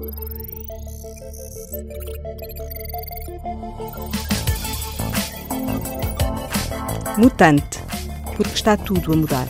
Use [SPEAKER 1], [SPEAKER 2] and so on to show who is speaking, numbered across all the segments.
[SPEAKER 1] Mutante, porque está tudo a mudar.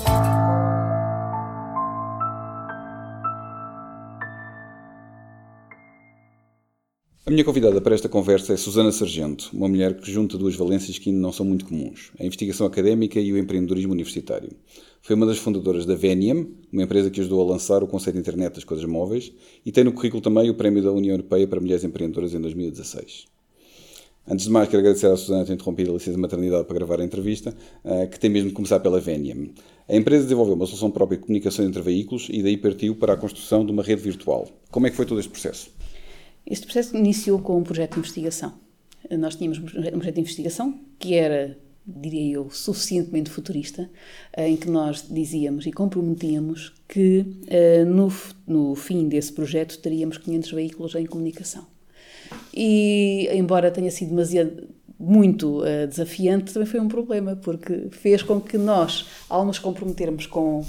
[SPEAKER 2] A minha convidada para esta conversa é Susana Sargento, uma mulher que junta duas valências que ainda não são muito comuns, a investigação académica e o empreendedorismo universitário. Foi uma das fundadoras da Veniam, uma empresa que ajudou a lançar o conceito de internet das coisas móveis, e tem no currículo também o Prémio da União Europeia para Mulheres Empreendedoras em 2016. Antes de mais, quero agradecer à Susana ter interrompido a licença de maternidade para gravar a entrevista, que tem mesmo de começar pela Veniam. A empresa desenvolveu uma solução própria de comunicação entre veículos e daí partiu para a construção de uma rede virtual. Como é que foi todo este processo?
[SPEAKER 3] Este processo iniciou com um projeto de investigação. Nós tínhamos um projeto de investigação que era, diria eu, suficientemente futurista, em que nós dizíamos e comprometíamos que no fim desse projeto teríamos 500 veículos em comunicação. E, embora tenha sido muito desafiante, também foi um problema, porque fez com que nós, ao nos comprometermos com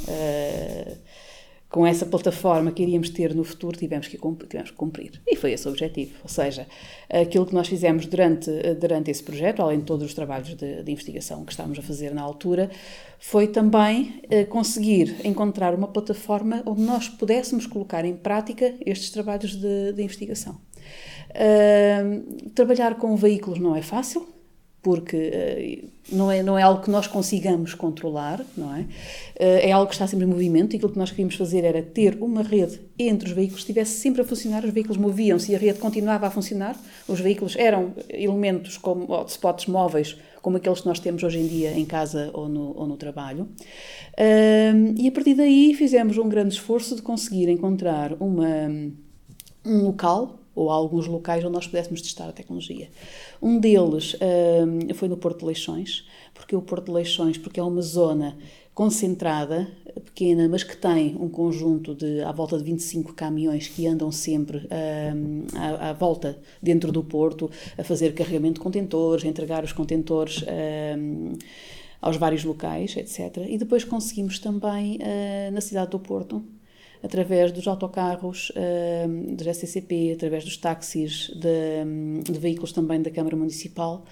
[SPEAKER 3] essa plataforma que iríamos ter no futuro, tivemos que cumprir. E foi esse o objetivo. Ou seja, aquilo que nós fizemos durante esse projeto, além de todos os trabalhos de investigação que estávamos a fazer na altura, foi também conseguir encontrar uma plataforma onde nós pudéssemos colocar em prática estes trabalhos de investigação. Trabalhar com veículos não é fácil, porque não é algo que nós consigamos controlar, não é? É algo que está sempre em movimento, e aquilo que nós queríamos fazer era ter uma rede entre os veículos que estivesse sempre a funcionar, os veículos moviam-se e a rede continuava a funcionar, os veículos eram elementos como hotspots móveis, como aqueles que nós temos hoje em dia em casa ou no trabalho. E a partir daí fizemos um grande esforço de conseguir encontrar um local, ou alguns locais onde nós pudéssemos testar a tecnologia. Um deles foi no Porto de Leixões, porque o Porto de Leixões, porque é uma zona concentrada, pequena, mas que tem um conjunto à volta de 25 caminhões que andam sempre à volta dentro do Porto, a fazer carregamento de contentores, a entregar os contentores aos vários locais, etc. E depois conseguimos também, na cidade do Porto, através dos autocarros dos SCCP, através dos táxis de veículos também da Câmara Municipal,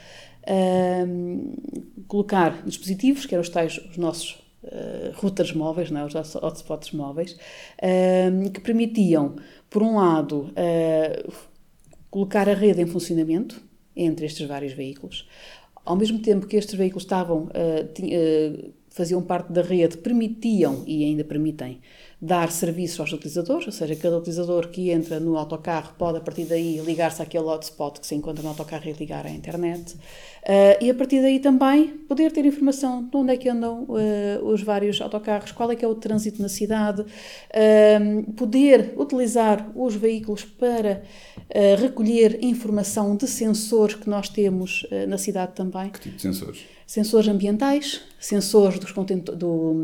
[SPEAKER 3] colocar dispositivos, que eram os nossos routers móveis, não é? Os nossos hotspots móveis, que permitiam, por um lado, colocar a rede em funcionamento entre estes vários veículos. Ao mesmo tempo que estes veículos faziam parte da rede, permitiam, e ainda permitem, dar serviço aos utilizadores, ou seja, cada utilizador que entra no autocarro pode, a partir daí, ligar-se àquele hotspot que se encontra no autocarro e ligar à internet. E a partir daí também poder ter informação de onde é que andam os vários autocarros, qual é que é o trânsito na cidade, poder utilizar os veículos para recolher informação de sensores que nós temos na cidade também.
[SPEAKER 2] Que tipo de sensores?
[SPEAKER 3] Sensores ambientais, sensores dos contentores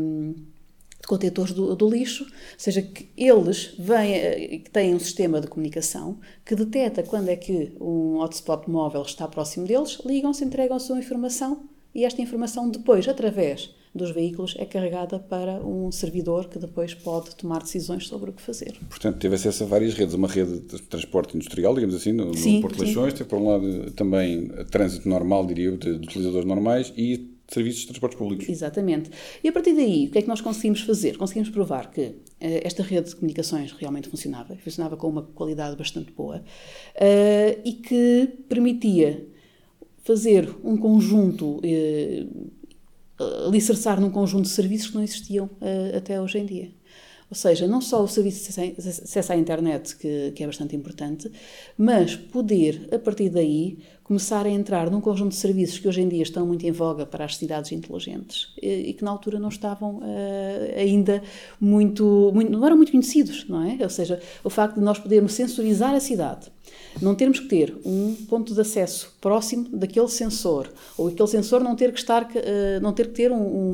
[SPEAKER 3] do lixo, ou seja, que eles têm um sistema de comunicação que detecta quando é que um hotspot móvel está próximo deles, ligam-se, entregam a sua informação, e esta informação depois, através dos veículos, é carregada para um servidor que depois pode tomar decisões sobre o que fazer.
[SPEAKER 2] Portanto, teve acesso a várias redes, uma rede de transporte industrial, digamos assim, no Porto de Leixões, teve por um lado também trânsito normal, diria eu, de utilizadores normais, e serviços de transportes públicos.
[SPEAKER 3] Exatamente. E a partir daí, o que é que nós conseguimos fazer? Conseguimos provar que esta rede de comunicações realmente funcionava com uma qualidade bastante boa, e que permitia fazer um conjunto, alicerçar num conjunto de serviços que não existiam até hoje em dia. Ou seja, não só o serviço de acesso à internet, que é bastante importante, mas poder, a partir daí, começar a entrar num conjunto de serviços que hoje em dia estão muito em voga para as cidades inteligentes e que na altura não estavam ainda não eram muito conhecidos, não é? Ou seja, o facto de nós podermos sensorizar a cidade, não termos que ter um ponto de acesso próximo daquele sensor, ou aquele sensor não ter que ter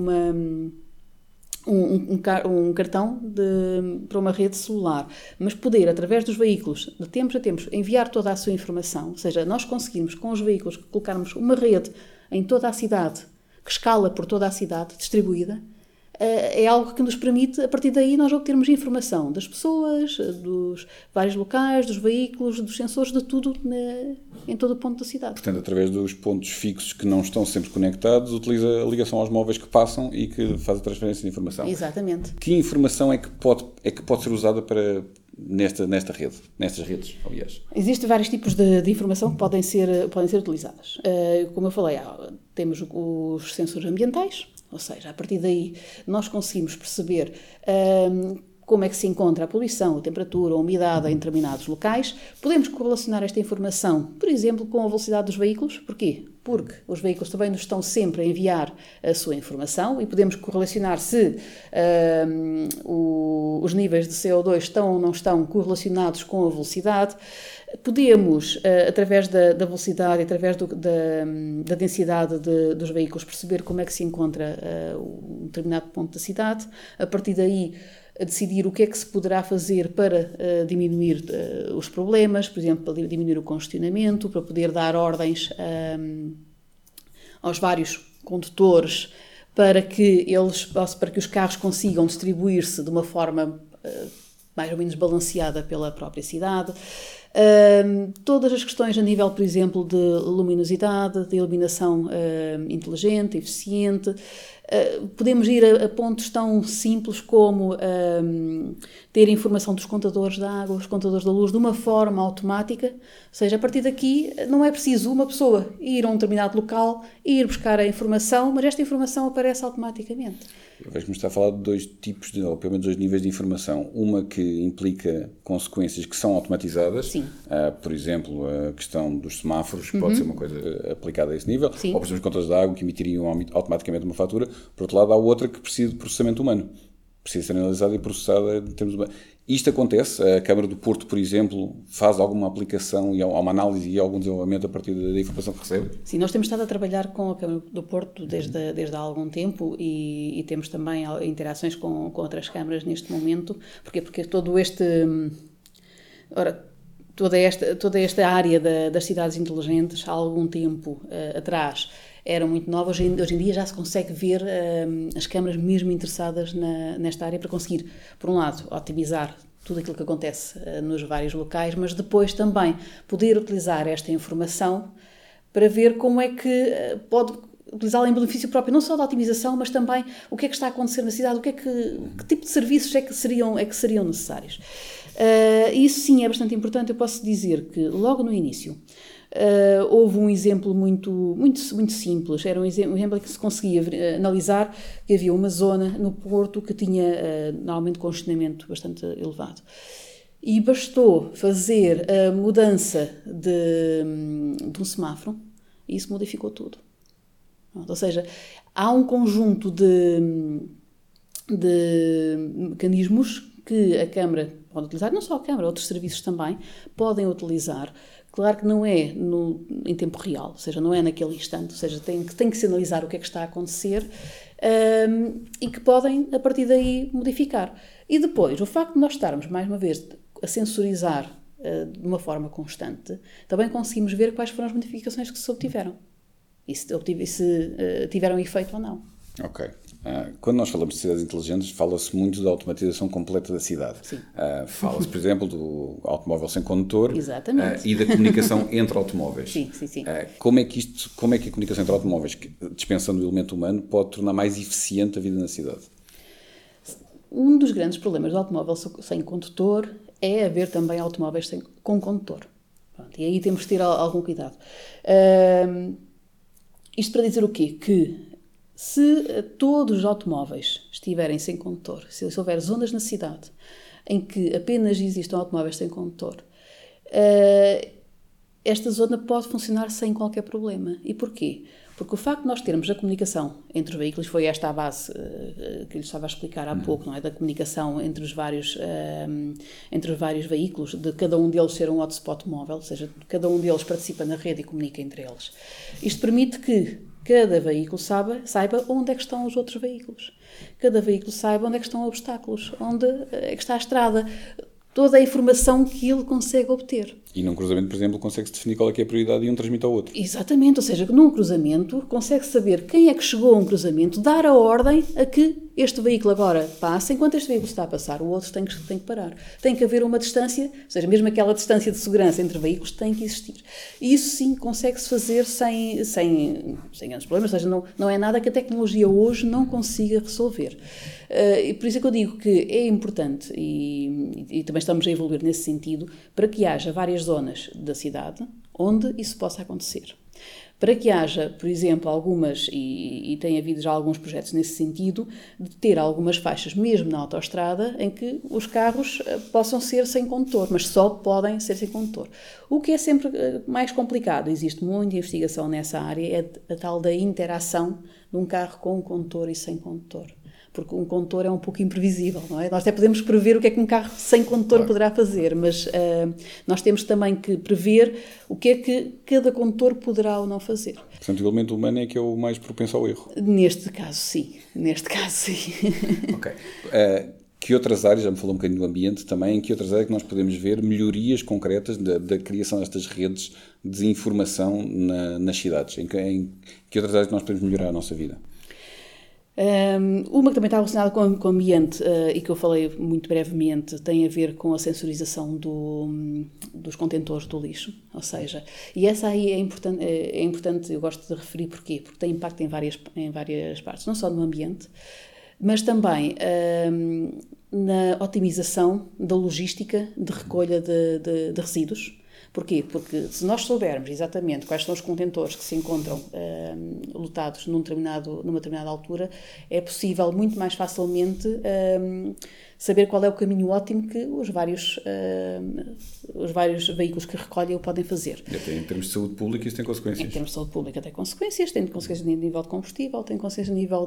[SPEAKER 3] um cartão para uma rede celular, mas poder, através dos veículos, de tempos a tempos, enviar toda a sua informação, ou seja, nós conseguimos, com os veículos, colocarmos uma rede em toda a cidade, que escala por toda a cidade, distribuída, é algo que nos permite, a partir daí, nós obtermos informação das pessoas, dos vários locais, dos veículos, dos sensores, de tudo em todo o ponto da cidade.
[SPEAKER 2] Portanto, através dos pontos fixos que não estão sempre conectados, utiliza a ligação aos móveis que passam e que faz a transferência de informação.
[SPEAKER 3] Exatamente.
[SPEAKER 2] Que informação é que pode ser usada nestas redes, aliás?
[SPEAKER 3] Existem vários tipos de informação que podem ser utilizadas. Como eu falei, temos os sensores ambientais, ou seja, a partir daí nós conseguimos perceber como é que se encontra a poluição, a temperatura, a umidade em determinados locais. Podemos correlacionar esta informação, por exemplo, com a velocidade dos veículos. Porquê? Porque os veículos também nos estão sempre a enviar a sua informação e podemos correlacionar se os níveis de CO2 estão ou não estão correlacionados com a velocidade. Podemos, através da velocidade, através da densidade dos veículos, perceber como é que se encontra um determinado ponto da cidade. A partir daí, a decidir o que é que se poderá fazer para diminuir os problemas, por exemplo, para diminuir o congestionamento, para poder dar ordens aos vários condutores para que os carros consigam distribuir-se de uma forma mais ou menos balanceada pela própria cidade. Todas as questões a nível, por exemplo, de luminosidade, de iluminação inteligente, eficiente. Podemos ir a pontos tão simples como ter informação dos contadores da água, os contadores da luz, de uma forma automática. Ou seja, a partir daqui não é preciso uma pessoa ir a um determinado local e ir buscar a informação, mas esta informação aparece automaticamente.
[SPEAKER 2] Eu vejo-me estar a falar de dois tipos, ou pelo menos dois níveis de informação. Uma que implica consequências que são automatizadas.
[SPEAKER 3] Sim.
[SPEAKER 2] Por exemplo, a questão dos semáforos pode ser uma coisa aplicada a esse nível.
[SPEAKER 3] Sim.
[SPEAKER 2] Ou, por exemplo, as contas de água que emitiriam automaticamente uma fatura. Por outro lado, há outra que precisa de processamento humano. Precisa ser analisada e processada em termos de... Isto acontece? A Câmara do Porto, por exemplo, faz alguma aplicação e há uma análise e algum desenvolvimento a partir da informação que recebe?
[SPEAKER 3] Sim, nós temos estado a trabalhar com a Câmara do Porto desde há algum tempo e temos também interações com outras câmaras neste momento. Porquê? Porque todo este... Toda esta área das cidades inteligentes, há algum tempo atrás, era muito nova. Hoje em dia já se consegue ver as câmaras mesmo interessadas nesta área para conseguir, por um lado, otimizar tudo aquilo que acontece nos vários locais, mas depois também poder utilizar esta informação para ver como é que pode utilizá-la em benefício próprio, não só da otimização, mas também o que é que está a acontecer na cidade, que tipo de serviços é que seriam necessários. Isso sim é bastante importante. Eu posso dizer que logo no início houve um exemplo muito simples. Era um exemplo em que se conseguia analisar que havia uma zona no Porto que tinha normalmente congestionamento bastante elevado. E bastou fazer a mudança de um semáforo e isso modificou tudo. Ou seja, há um conjunto de mecanismos que a Câmara pode utilizar, não só a Câmara, outros serviços também podem utilizar. Claro que não é em tempo real, ou seja, não é naquele instante, ou seja, tem que se analisar o que é que está a acontecer e que podem, a partir daí, modificar. E depois, o facto de nós estarmos, mais uma vez, a sensorizar de uma forma constante, também conseguimos ver quais foram as modificações que se obtiveram. E se tiveram efeito ou não.
[SPEAKER 2] Ok. Quando nós falamos de cidades inteligentes, fala-se muito da automatização completa da cidade.
[SPEAKER 3] Sim.
[SPEAKER 2] Fala-se, por exemplo, do automóvel sem condutor.
[SPEAKER 3] Exatamente.
[SPEAKER 2] E da comunicação entre automóveis.
[SPEAKER 3] Sim.
[SPEAKER 2] Como é que a comunicação entre automóveis, dispensando o elemento humano, pode tornar mais eficiente a vida na cidade?
[SPEAKER 3] Um dos grandes problemas do automóvel sem condutor é haver também automóveis com condutor. Pronto, e aí temos de ter algum cuidado. Isto para dizer o quê? Que se todos os automóveis estiverem sem condutor, se houver zonas na cidade em que apenas existam automóveis sem condutor, esta zona pode funcionar sem qualquer problema. E porquê? Porque o facto de nós termos a comunicação entre os veículos, foi esta a base que eu lhe estava a explicar há pouco, não é? Da comunicação entre os vários veículos, de cada um deles ser um hotspot móvel, ou seja, cada um deles participa na rede e comunica entre eles. Isto permite que cada veículo saiba onde é que estão os outros veículos. Cada veículo saiba onde é que estão os obstáculos, onde é que está a estrada, toda a informação que ele consegue obter.
[SPEAKER 2] E num cruzamento, por exemplo, consegue-se definir qual é que é a prioridade e um transmite ao outro.
[SPEAKER 3] Exatamente, ou seja, num cruzamento consegue saber quem é que chegou a um cruzamento, dar a ordem a que este veículo agora passa, enquanto este veículo está a passar, o outro tem que parar. Tem que haver uma distância, ou seja, mesmo aquela distância de segurança entre veículos tem que existir. E isso sim consegue-se fazer sem grandes problemas, ou seja, não é nada que a tecnologia hoje não consiga resolver. E por isso é que eu digo que é importante, e também estamos a evoluir nesse sentido, para que haja várias zonas da cidade onde isso possa acontecer. Para que haja, por exemplo, algumas, e tem havido já alguns projetos nesse sentido, de ter algumas faixas, mesmo na autoestrada, em que os carros possam ser sem condutor, mas só podem ser sem condutor. O que é sempre mais complicado, existe muita investigação nessa área, é a tal da interação de um carro com um condutor e sem condutor. Porque um condutor é um pouco imprevisível, não é? Nós até podemos prever o que é que um carro sem condutor poderá fazer, mas nós temos também que prever o que é que cada condutor poderá ou não fazer.
[SPEAKER 2] Portanto, o elemento humano é que é o mais propenso ao erro.
[SPEAKER 3] Neste caso, sim.
[SPEAKER 2] Ok. Que outras áreas, já me falou um bocadinho do ambiente também, em que outras áreas é que nós podemos ver melhorias concretas da criação destas redes de informação nas cidades? Em que outras áreas que nós podemos melhorar a nossa vida?
[SPEAKER 3] Uma que também está relacionada com o ambiente e que eu falei muito brevemente tem a ver com a sensorização dos contentores do lixo, ou seja, e essa aí é importante, eu gosto de referir porquê? Porque tem impacto em várias partes, não só no ambiente, mas também na otimização da logística de recolha de resíduos. Porquê? Porque se nós soubermos exatamente quais são os contentores que se encontram lotados numa determinada altura, é possível muito mais facilmente saber qual é o caminho ótimo que os vários veículos que recolhem o podem fazer.
[SPEAKER 2] E até em termos de saúde pública isso tem consequências.
[SPEAKER 3] Em termos de saúde pública tem consequências a nível de combustível, tem consequências a nível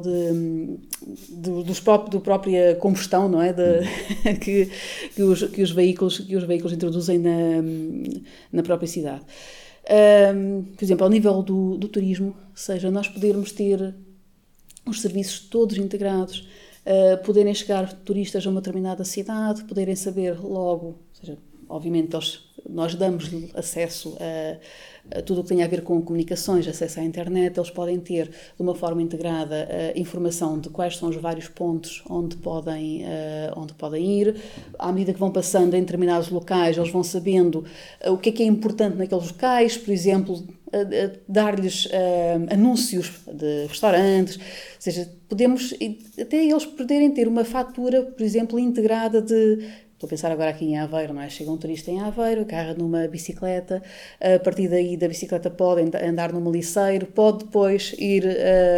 [SPEAKER 3] da própria combustão, não é? Que os veículos introduzem na própria cidade. Por exemplo, ao nível do turismo, ou seja, nós podermos ter os serviços todos integrados, poderem chegar turistas a uma determinada cidade, poderem saber logo, ou seja, obviamente nós damos acesso a tudo o que tem a ver com comunicações, acesso à internet, eles podem ter de uma forma integrada informação de quais são os vários pontos onde podem ir. À medida que vão passando em determinados locais, eles vão sabendo o que é importante naqueles locais, por exemplo, dar-lhes anúncios de restaurantes, ou seja, podemos até eles poderem ter uma fatura, por exemplo, integrada Estou a pensar agora aqui em Aveiro, não é? Chega um turista em Aveiro, agarra numa bicicleta, a partir daí da bicicleta pode andar num meliceiro, pode depois ir,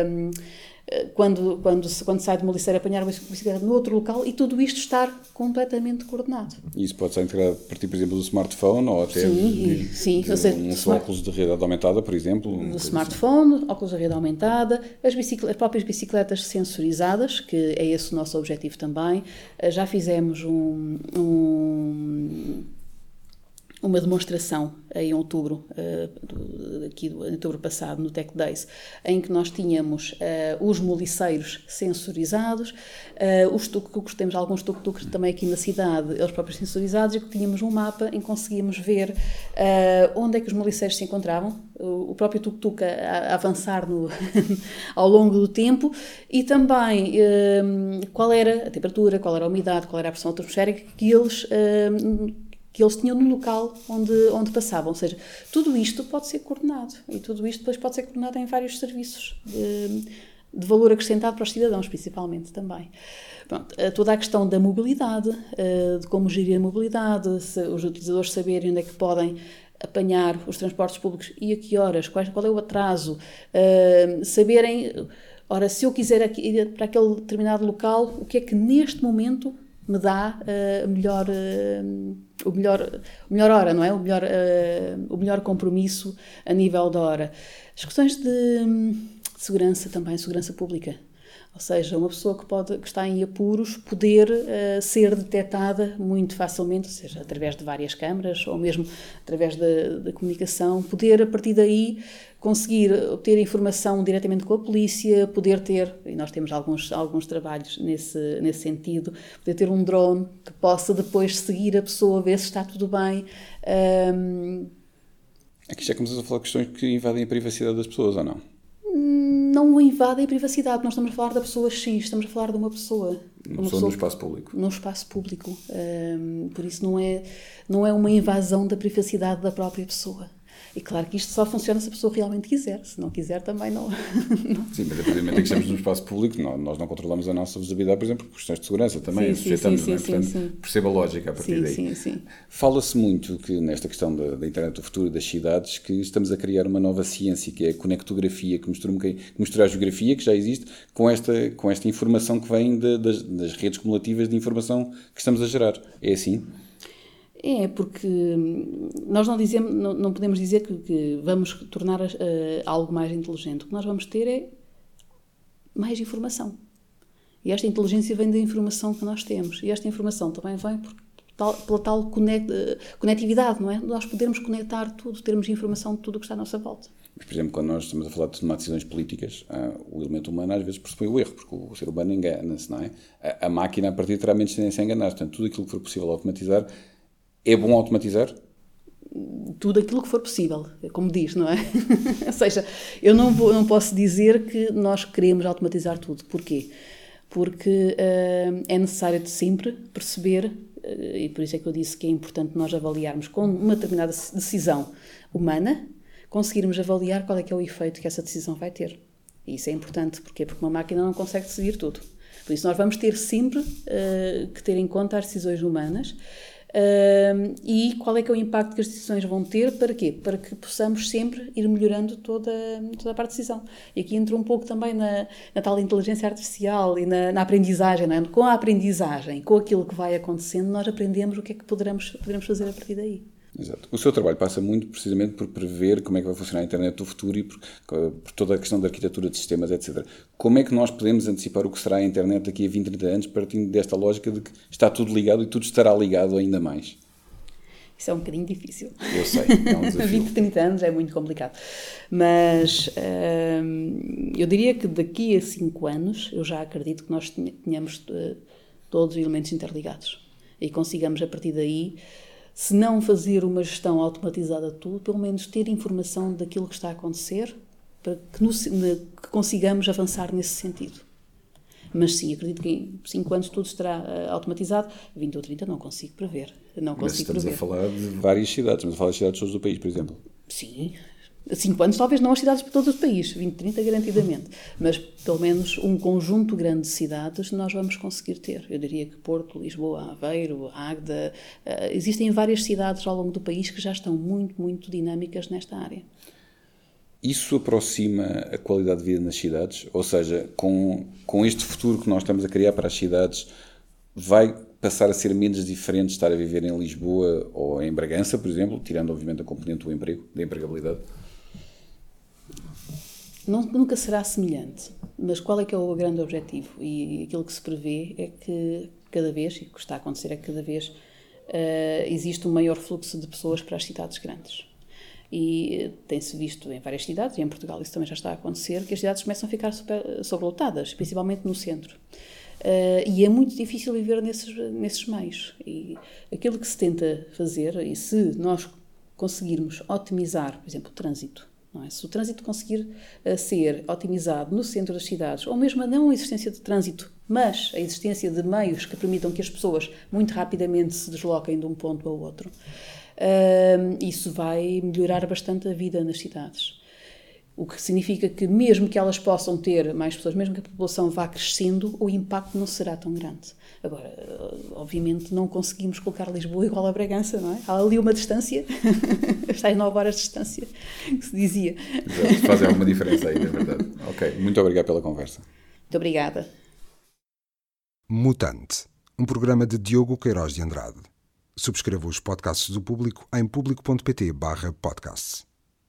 [SPEAKER 3] quando sai de uma liceira, apanhar uma bicicleta no outro local e tudo isto estar completamente coordenado.
[SPEAKER 2] E isso pode ser integrado a partir, por exemplo, do smartphone ou até de óculos de realidade aumentada, por exemplo?
[SPEAKER 3] Do smartphone, assim. Óculos de realidade aumentada, as próprias bicicletas sensorizadas, que é esse o nosso objetivo também. Já fizemos uma demonstração em outubro, em outubro passado, no Tech Days, em que nós tínhamos os moliceiros sensorizados, os tuk-tuks, temos alguns tuk-tuks também aqui na cidade, eles próprios sensorizados, e que tínhamos um mapa em que conseguíamos ver onde é que os moliceiros se encontravam, o próprio tuk-tuk a avançar ao longo do tempo, e também qual era a temperatura, qual era a umidade, qual era a pressão atmosférica que eles tinham no local onde passavam. Ou seja, tudo isto pode ser coordenado. E tudo isto depois pode ser coordenado em vários serviços de valor acrescentado para os cidadãos, principalmente também. Pronto, toda a questão da mobilidade, de como gerir a mobilidade, os utilizadores saberem onde é que podem apanhar os transportes públicos e a que horas, qual é o atraso, saberem, ora, se eu quiser ir para aquele determinado local, o que é que neste momento me dá a melhor hora, não é? O melhor compromisso a nível da hora. As questões de segurança também, segurança pública. Ou seja, uma pessoa que está em apuros poder ser detectada muito facilmente, ou seja, através de várias câmaras ou mesmo através da comunicação, poder a partir daí conseguir obter informação diretamente com a polícia, poder ter, e nós temos alguns trabalhos nesse sentido, poder ter um drone que possa depois seguir a pessoa, ver se está tudo bem.
[SPEAKER 2] Aqui já começamos a falar de questões que invadem a privacidade das pessoas, ou não?
[SPEAKER 3] não invadem a privacidade. Nós estamos a falar da pessoa X, estamos a falar de uma pessoa.
[SPEAKER 2] Uma pessoa no espaço público.
[SPEAKER 3] No espaço público. Por isso não é uma invasão da privacidade da própria pessoa. E claro que isto só funciona se a pessoa realmente quiser. Se não quiser, também não.
[SPEAKER 2] Sim, mas a partir do momento em que estamos no espaço público, nós não controlamos a nossa visibilidade, por exemplo, por questões de segurança também. Sujeitamos, não é? Portanto, perceba a lógica a partir daí.
[SPEAKER 3] Sim.
[SPEAKER 2] Fala-se muito que nesta questão da internet do futuro e das cidades, que estamos a criar uma nova ciência, que é a conectografia, que mistura a geografia, que já existe, com esta informação que vem das redes cumulativas de informação que estamos a gerar. É assim?
[SPEAKER 3] É, porque nós não podemos dizer que vamos tornar algo mais inteligente. O que nós vamos ter é mais informação. E esta inteligência vem da informação que nós temos. E esta informação também vem pela tal conectividade, não é? Nós podermos conectar tudo, termos informação de tudo o que está à nossa volta.
[SPEAKER 2] Mas, por exemplo, quando nós estamos a falar de tomar decisões políticas, o elemento humano às vezes pressupõe o erro, porque o ser humano engana-se, não é? A máquina, a partir, terá menos tendência a enganar. Portanto, tudo aquilo que for possível automatizar. É bom automatizar?
[SPEAKER 3] Tudo aquilo que for possível, como diz, não é? Ou seja, eu não posso dizer que nós queremos automatizar tudo. Porquê? Porque é necessário de sempre perceber, e por isso é que eu disse que é importante nós avaliarmos com uma determinada decisão humana, conseguirmos avaliar qual é que é o efeito que essa decisão vai ter. E isso é importante. Porquê? Porque uma máquina não consegue decidir tudo. Por isso nós vamos ter sempre que ter em conta as decisões humanas. E qual é que é o impacto que as decisões vão ter, para quê? Para que possamos sempre ir melhorando toda a parte de decisão. E aqui entra um pouco também na tal inteligência artificial e na aprendizagem, não é? Com a aprendizagem, com aquilo que vai acontecendo, nós aprendemos o que é que poderemos fazer a partir daí.
[SPEAKER 2] Exato. O seu trabalho passa muito precisamente por prever como é que vai funcionar a internet do futuro e por toda a questão da arquitetura de sistemas, etc. Como é que nós podemos antecipar o que será a internet daqui a 20, 30 anos, partindo desta lógica de que está tudo ligado e tudo estará ligado ainda mais?
[SPEAKER 3] Isso é um bocadinho difícil.
[SPEAKER 2] Eu sei, é um desafio.
[SPEAKER 3] 20, 30 anos é muito complicado. Mas eu diria que daqui a 5 anos eu já acredito que nós tenhamos todos os elementos interligados e consigamos a partir daí, se não fazer uma gestão automatizada de tudo, pelo menos ter informação daquilo que está a acontecer para que consigamos avançar nesse sentido. Mas sim, acredito que em 5 anos tudo estará automatizado. 20 ou 30 não consigo prever.
[SPEAKER 2] Mas estamos a falar de várias cidades. Estamos a falar de cidades todas do país, por exemplo.
[SPEAKER 3] Sim. 5 anos talvez não as cidades para todo o país. 20, 30 garantidamente. Mas pelo menos um conjunto grande de cidades nós vamos conseguir ter. Eu diria que Porto, Lisboa, Aveiro, Águeda... existem várias cidades ao longo do país que já estão muito, muito dinâmicas nesta área.
[SPEAKER 2] Isso aproxima a qualidade de vida nas cidades? Ou seja, com este futuro que nós estamos a criar para as cidades, vai passar a ser menos diferente estar a viver em Lisboa ou em Bragança, por exemplo, tirando obviamente a componente do emprego, da empregabilidade?
[SPEAKER 3] Nunca será semelhante, mas qual é que é o grande objetivo? E aquilo que se prevê é que cada vez, e o que está a acontecer é que cada vez existe um maior fluxo de pessoas para as cidades grandes. E tem-se visto em várias cidades, e em Portugal isso também já está a acontecer, que as cidades começam a ficar sobrelotadas, principalmente no centro. E é muito difícil viver nesses meios. E aquilo que se tenta fazer, e se nós conseguirmos otimizar, por exemplo, o trânsito, não é? Se o trânsito conseguir ser otimizado no centro das cidades, ou mesmo não a existência de trânsito, mas a existência de meios que permitam que as pessoas muito rapidamente se desloquem de um ponto ao outro, isso vai melhorar bastante a vida nas cidades. O que significa que mesmo que elas possam ter mais pessoas, mesmo que a população vá crescendo, o impacto não será tão grande. Agora, obviamente não conseguimos colocar Lisboa igual a Bragança, não é? Há ali uma distância, está em 9 horas de distância, que se dizia.
[SPEAKER 2] Exato, faz alguma diferença aí, é verdade. Ok, muito obrigado pela conversa.
[SPEAKER 3] Muito obrigada.
[SPEAKER 4] Mutante, um programa de Diogo Queiroz de Andrade. Subscreva os podcasts do Público em público.pt/podcasts.